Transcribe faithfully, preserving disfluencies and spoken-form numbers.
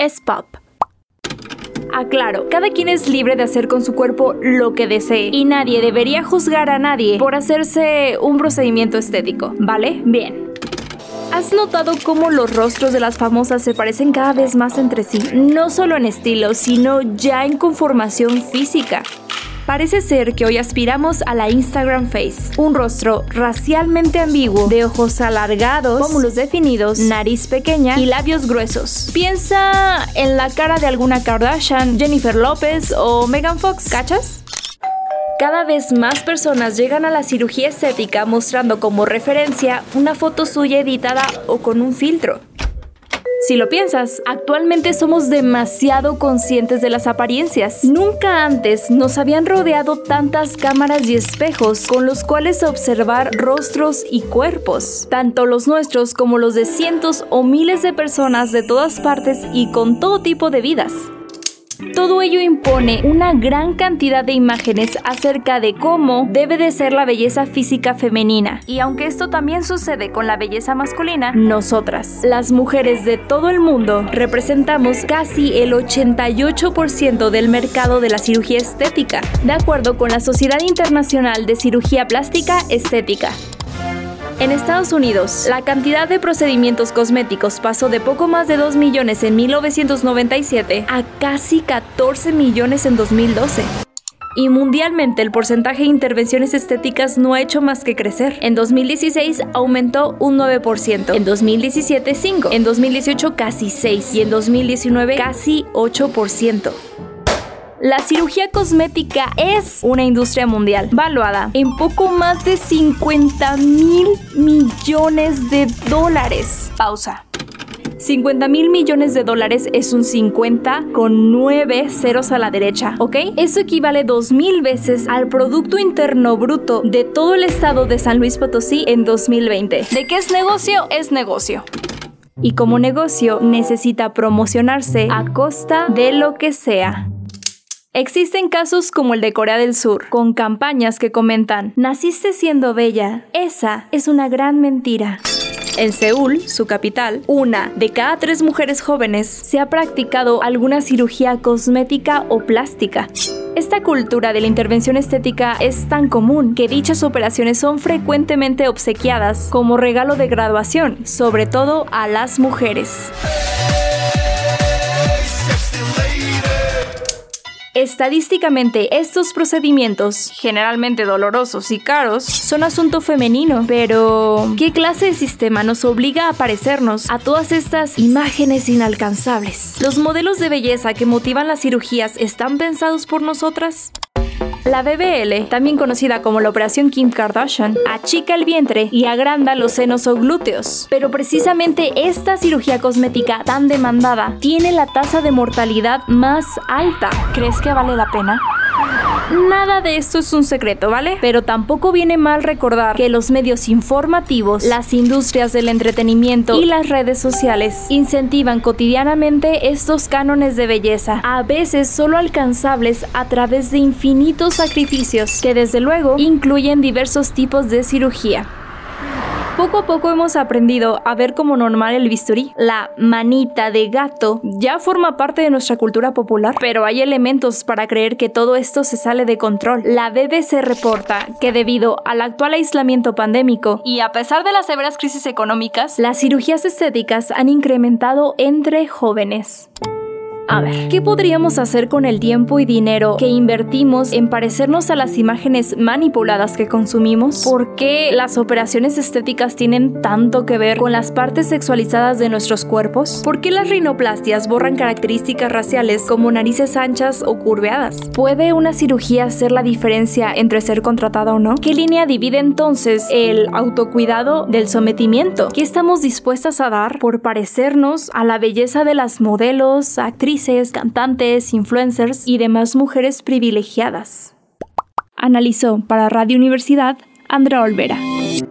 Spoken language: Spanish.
es pop. Aclaro, cada quien es libre de hacer con su cuerpo lo que desee y nadie debería juzgar a nadie por hacerse un procedimiento estético, ¿vale? Bien. ¿Has notado cómo los rostros de las famosas se parecen cada vez más entre sí? No solo en estilo, sino ya en conformación física. Parece ser que hoy aspiramos a la Instagram Face, un rostro racialmente ambiguo, de ojos alargados, pómulos definidos, nariz pequeña y labios gruesos. Piensa en la cara de alguna Kardashian, Jennifer López o Megan Fox, ¿cachas? Cada vez más personas llegan a la cirugía estética mostrando como referencia una foto suya editada o con un filtro. Si lo piensas, actualmente somos demasiado conscientes de las apariencias. Nunca antes nos habían rodeado tantas cámaras y espejos con los cuales observar rostros y cuerpos, tanto los nuestros como los de cientos o miles de personas de todas partes y con todo tipo de vidas. Todo ello impone una gran cantidad de imágenes acerca de cómo debe de ser la belleza física femenina. Y aunque esto también sucede con la belleza masculina, nosotras, las mujeres de todo el mundo, representamos casi el ochenta y ocho por ciento del mercado de la cirugía estética, de acuerdo con la Sociedad Internacional de Cirugía Plástica Estética. En Estados Unidos, la cantidad de procedimientos cosméticos pasó de poco más de dos millones en mil novecientos noventa y siete a casi catorce millones en dos mil doce. Y mundialmente el porcentaje de intervenciones estéticas no ha hecho más que crecer. En dos mil dieciséis aumentó un nueve por ciento, en dos mil diecisiete cinco por ciento, en dos mil dieciocho casi seis por ciento y en dos mil diecinueve casi ocho por ciento. La cirugía cosmética es una industria mundial, valuada en poco más de cincuenta mil millones de dólares. Pausa. cincuenta mil millones de dólares es un cincuenta con nueve ceros a la derecha, ¿ok? Eso equivale dos mil veces al Producto Interno Bruto de todo el estado de San Luis Potosí en dos mil veinte. ¿De qué es negocio? Es negocio. Y como negocio necesita promocionarse a costa de lo que sea. Existen casos como el de Corea del Sur, con campañas que comentan: naciste siendo bella, esa es una gran mentira. En Seúl, su capital, una de cada tres mujeres jóvenes se ha practicado alguna cirugía cosmética o plástica. Esta cultura de la intervención estética es tan común que dichas operaciones son frecuentemente obsequiadas como regalo de graduación, sobre todo a las mujeres. Estadísticamente, estos procedimientos, generalmente dolorosos y caros, son asunto femenino. Pero, ¿qué clase de sistema nos obliga a parecernos a todas estas imágenes inalcanzables? ¿Los modelos de belleza que motivan las cirugías están pensados por nosotras? La B B L, también conocida como la Operación Kim Kardashian, achica el vientre y agranda los senos o glúteos. Pero precisamente esta cirugía cosmética tan demandada tiene la tasa de mortalidad más alta. ¿Crees que vale la pena? Nada de esto es un secreto, ¿vale? Pero tampoco viene mal recordar que los medios informativos, las industrias del entretenimiento y las redes sociales incentivan cotidianamente estos cánones de belleza, a veces solo alcanzables a través de infinitos sacrificios que desde luego incluyen diversos tipos de cirugía. Poco a poco hemos aprendido a ver como normal el bisturí. La manita de gato ya forma parte de nuestra cultura popular, pero hay elementos para creer que todo esto se sale de control. La B B C reporta que debido al actual aislamiento pandémico y a pesar de las severas crisis económicas, las cirugías estéticas han incrementado entre jóvenes. A ver, ¿qué podríamos hacer con el tiempo y dinero que invertimos en parecernos a las imágenes manipuladas que consumimos? ¿Por qué las operaciones estéticas tienen tanto que ver con las partes sexualizadas de nuestros cuerpos? ¿Por qué las rinoplastias borran características raciales como narices anchas o curveadas? ¿Puede una cirugía hacer la diferencia entre ser contratada o no? ¿Qué línea divide entonces el autocuidado del sometimiento? ¿Qué estamos dispuestas a dar por parecernos a la belleza de las modelos, actrices, cantantes, influencers y demás mujeres privilegiadas? Analizó para Radio Universidad Andrea Olvera.